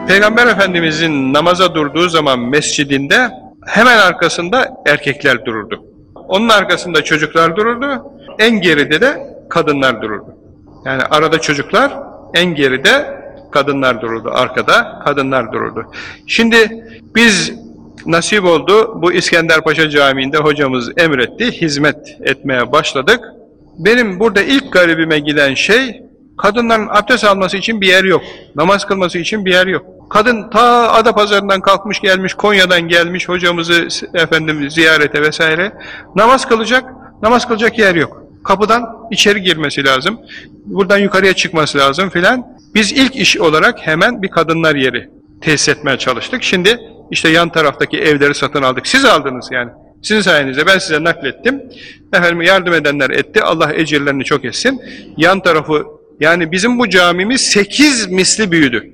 Peygamber Efendimizin namaza durduğu zaman mescidinde hemen arkasında erkekler dururdu. Onun arkasında çocuklar dururdu, en geride de kadınlar dururdu. Yani arada çocuklar, en geride kadınlar dururdu, arkada kadınlar dururdu. Şimdi biz nasip oldu, bu İskenderpaşa Camii'nde hocamız emretti, hizmet etmeye başladık. Benim burada ilk garibime giden şey, kadınların abdest alması için bir yer yok, namaz kılması için bir yer yok. Kadın ta Adapazarı'ndan kalkmış gelmiş, Konya'dan gelmiş hocamızı efendim ziyarete vesaire. Namaz kılacak yer yok. Kapıdan içeri girmesi lazım, buradan yukarıya çıkması lazım filan. Biz ilk iş olarak hemen bir kadınlar yeri tesis etmeye çalıştık. Şimdi işte yan taraftaki evleri satın aldık. Siz aldınız yani. Sizin sayenizde ben size naklettim. Efendim yardım edenler etti. Allah ecirlerini çok etsin. Yan tarafı, yani bizim bu camimiz 8 misli büyüdü.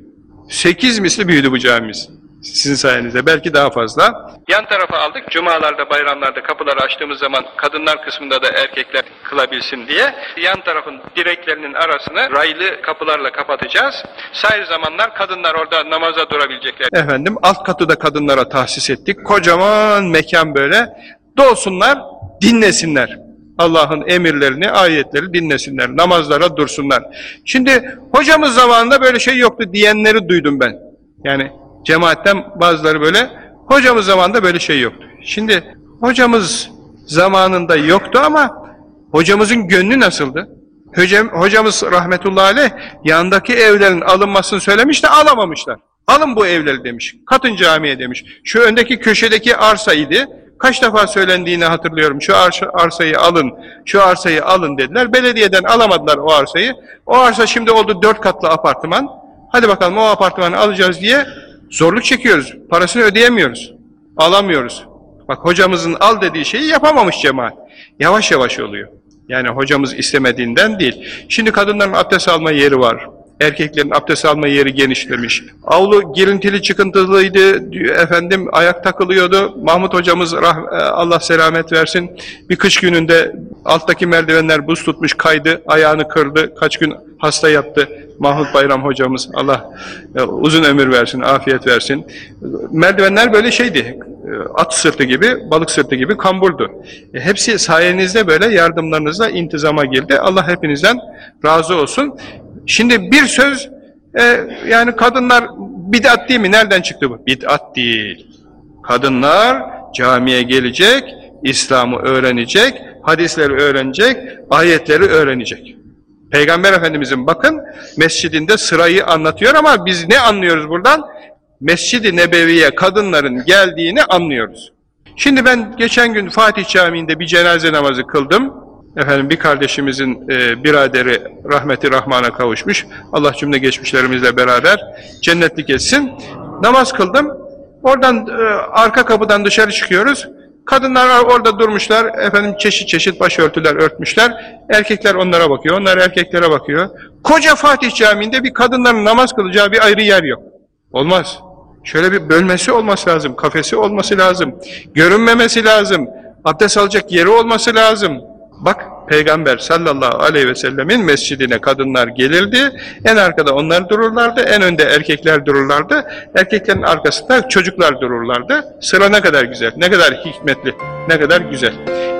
8 misli büyüdü bu camimiz. Sizin sayenizde. Belki daha fazla. Yan tarafa aldık. Cumalarda, bayramlarda kapıları açtığımız zaman kadınlar kısmında da erkekler kılabilsin diye yan tarafın direklerinin arasını raylı kapılarla kapatacağız. Sair zamanlar kadınlar orada namaza durabilecekler. Efendim alt katı da kadınlara tahsis ettik. Kocaman mekan böyle. Dolsunlar, dinlesinler. Allah'ın emirlerini, ayetleri dinlesinler. Namazlara dursunlar. Şimdi hocamız zamanında böyle şey yoktu diyenleri duydum ben. Yani cemaatten bazıları böyle, hocamız zamanında böyle şey yoktu. Şimdi hocamız zamanında yoktu ama hocamızın gönlü nasıldı? Hocamız rahmetullahi aleyh yanındaki evlerin alınmasını söylemiş de alamamışlar. Alın bu evleri demiş. Katın camiye demiş. Şu öndeki köşedeki arsaydı. Kaç defa söylendiğini hatırlıyorum. Şu arsayı alın, şu arsayı alın dediler. Belediyeden alamadılar o arsayı. O arsa şimdi oldu 4 katlı apartman. Hadi bakalım o apartmanı alacağız diye zorluk çekiyoruz. Parasını ödeyemiyoruz. Alamıyoruz. Bak hocamızın al dediği şeyi yapamamış cemaat. Yavaş yavaş oluyor. Yani hocamız istemediğinden değil. Şimdi kadınların abdest alma yeri var. Erkeklerin abdest alma yeri genişlemiş. Avlu girintili çıkıntılıydı. Efendim ayak takılıyordu. Mahmut hocamız Allah selamet versin. Bir kış gününde alttaki merdivenler buz tutmuş kaydı. Ayağını kırdı. Kaç gün hasta yattı. Mahmut Bayram hocamız Allah uzun ömür versin, afiyet versin. Merdivenler böyle şeydi. At sırtı gibi, balık sırtı gibi kamburdu. Hepsi sayenizde böyle yardımlarınızla intizama girdi. Allah hepinizden razı olsun. Şimdi bir söz, yani kadınlar bid'at değil mi? Nereden çıktı bu? Bid'at değil. Kadınlar camiye gelecek, İslam'ı öğrenecek, hadisleri öğrenecek, ayetleri öğrenecek. Peygamber Efendimizin bakın mescidinde sırayı anlatıyor ama biz ne anlıyoruz buradan? Mescid-i Nebevi'ye kadınların geldiğini anlıyoruz. Şimdi ben geçen gün Fatih Camii'nde bir cenaze namazı kıldım. Efendim bir kardeşimizin biraderi rahmeti rahmana kavuşmuş. Allah cümle geçmişlerimizle beraber cennetlik etsin. Namaz kıldım. Oradan arka kapıdan dışarı çıkıyoruz. Kadınlar orada durmuşlar. Efendim çeşit çeşit başörtüler örtmüşler. Erkekler onlara bakıyor. Onlar erkeklere bakıyor. Koca Fatih Camii'nde bir kadınların namaz kılacağı bir ayrı yer yok. Olmaz. Şöyle bir bölmesi olması lazım. Kafesi olması lazım. Görünmemesi lazım. Abdest alacak yeri olması lazım. Bak Peygamber sallallahu aleyhi ve sellemin mescidine kadınlar gelirdi. En arkada onlar dururlardı. En önde erkekler dururlardı. Erkeklerin arkasında çocuklar dururlardı. Sıra ne kadar güzel, ne kadar hikmetli, ne kadar güzel.